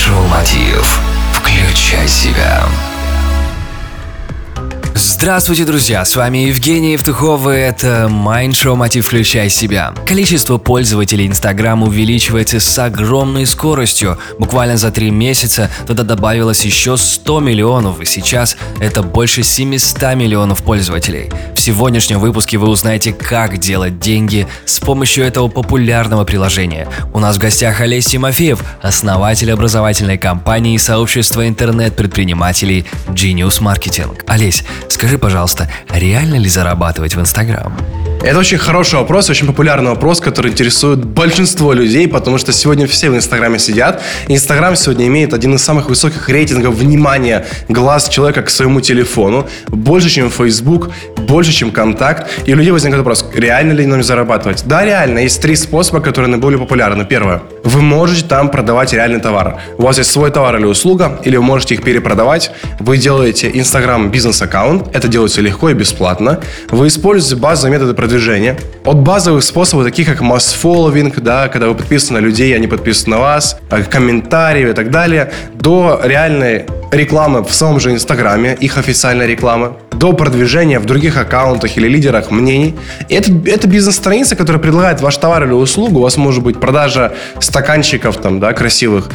Шоу Мотив. Включай себя. Здравствуйте, друзья! С вами Евгений Евтухов, и это Mind Show Мотив «Включай себя». Количество пользователей Instagram увеличивается с огромной скоростью. Буквально за 3 месяца туда добавилось еще 100 миллионов, и сейчас это больше 700 миллионов пользователей. В сегодняшнем выпуске вы узнаете, как делать деньги с помощью этого популярного приложения. У нас в гостях Олесь Тимофеев, основатель образовательной компании и сообщества интернет-предпринимателей Genius Marketing. Олесь, скажи, пожалуйста, реально ли зарабатывать в Instagram? Это очень хороший вопрос, очень популярный вопрос, который интересует большинство людей, потому что сегодня все в Инстаграме сидят. Инстаграм сегодня имеет один из самых высоких рейтингов внимания глаз человека к своему телефону. Больше, чем Facebook, больше, чем Контакт. И у людей возникает вопрос, реально ли нам зарабатывать? Да, реально. Есть 3 способа, которые наиболее популярны. Первое. Вы можете там продавать реальный товар. У вас есть свой товар или услуга, или вы можете их перепродавать. Вы делаете Инстаграм бизнес-аккаунт. Это делается легко и бесплатно. Вы используете базовые методы продвижения. От базовых способов, таких как масс-фолловинг, да, когда вы подписаны на людей, они подписаны на вас, комментарии и так далее, до реальной рекламы в самом же Инстаграме, их официальной рекламы, до продвижения в других аккаунтах или лидерах мнений. Это бизнес-страница, которая предлагает ваш товар или услугу. У вас может быть продажа стаканчиков там, да, красивых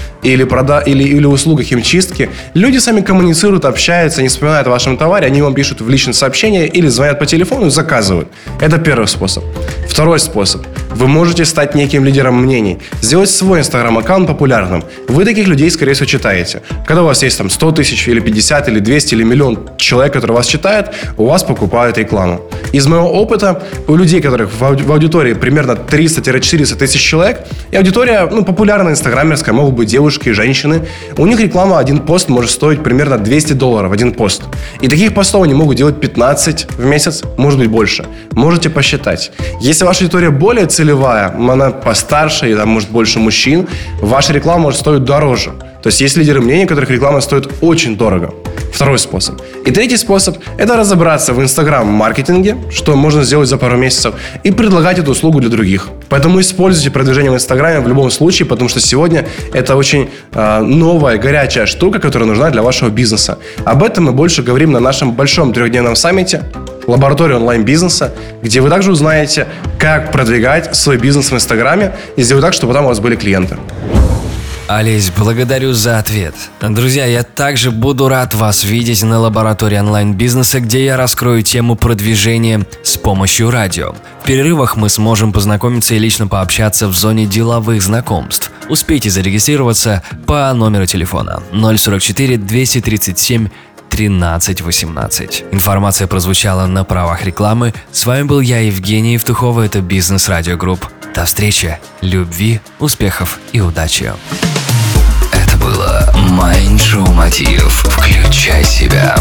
или услуга химчистки. Люди сами коммуницируют, общаются, не вспоминают о вашем товаре, они вам пишут в личные сообщения или звонят по телефону и заказывают. Это первый способ. Второй способ. Вы можете стать неким лидером мнений, сделать свой Инстаграм-аккаунт популярным. Вы таких людей, скорее всего, читаете. Когда у вас есть там 100 тысяч или 50 или 200 или миллион человек, которые вас читают, у вас покупают рекламу. Из моего опыта, у людей, которых в аудитории примерно 300-400 тысяч человек, и аудитория, популярная инстаграмерская, могут быть девушки и женщины, у них реклама, один пост может стоить примерно $200, один пост. И таких постов они могут делать 15 в месяц, может быть больше. Можете посчитать. Если ваша аудитория более целевая, она постарше, и там может больше мужчин, ваша реклама может стоить дороже. То есть есть лидеры мнений, которых реклама стоит очень дорого. Второй способ. И третий способ – это разобраться в Инстаграм-маркетинге, что можно сделать за пару месяцев, и предлагать эту услугу для других. Поэтому используйте продвижение в Инстаграме в любом случае, потому что сегодня это очень новая, горячая штука, которая нужна для вашего бизнеса. Об этом мы больше говорим на нашем большом 3-дневном саммите «Лаборатория онлайн-бизнеса», где вы также узнаете, как продвигать свой бизнес в Инстаграме и сделать так, чтобы там у вас были клиенты. Олесь, благодарю за ответ. Друзья, я также буду рад вас видеть на лаборатории онлайн-бизнеса, где я раскрою тему продвижения с помощью радио. В перерывах мы сможем познакомиться и лично пообщаться в зоне деловых знакомств. Успейте зарегистрироваться по номеру телефона 044 237 1318. Информация прозвучала на правах рекламы. С вами был я, Евгений Евтухов, это Бизнес Радио Групп. До встречи, любви, успехов и удачи. Это было Mind Show Мотив. Включай себя.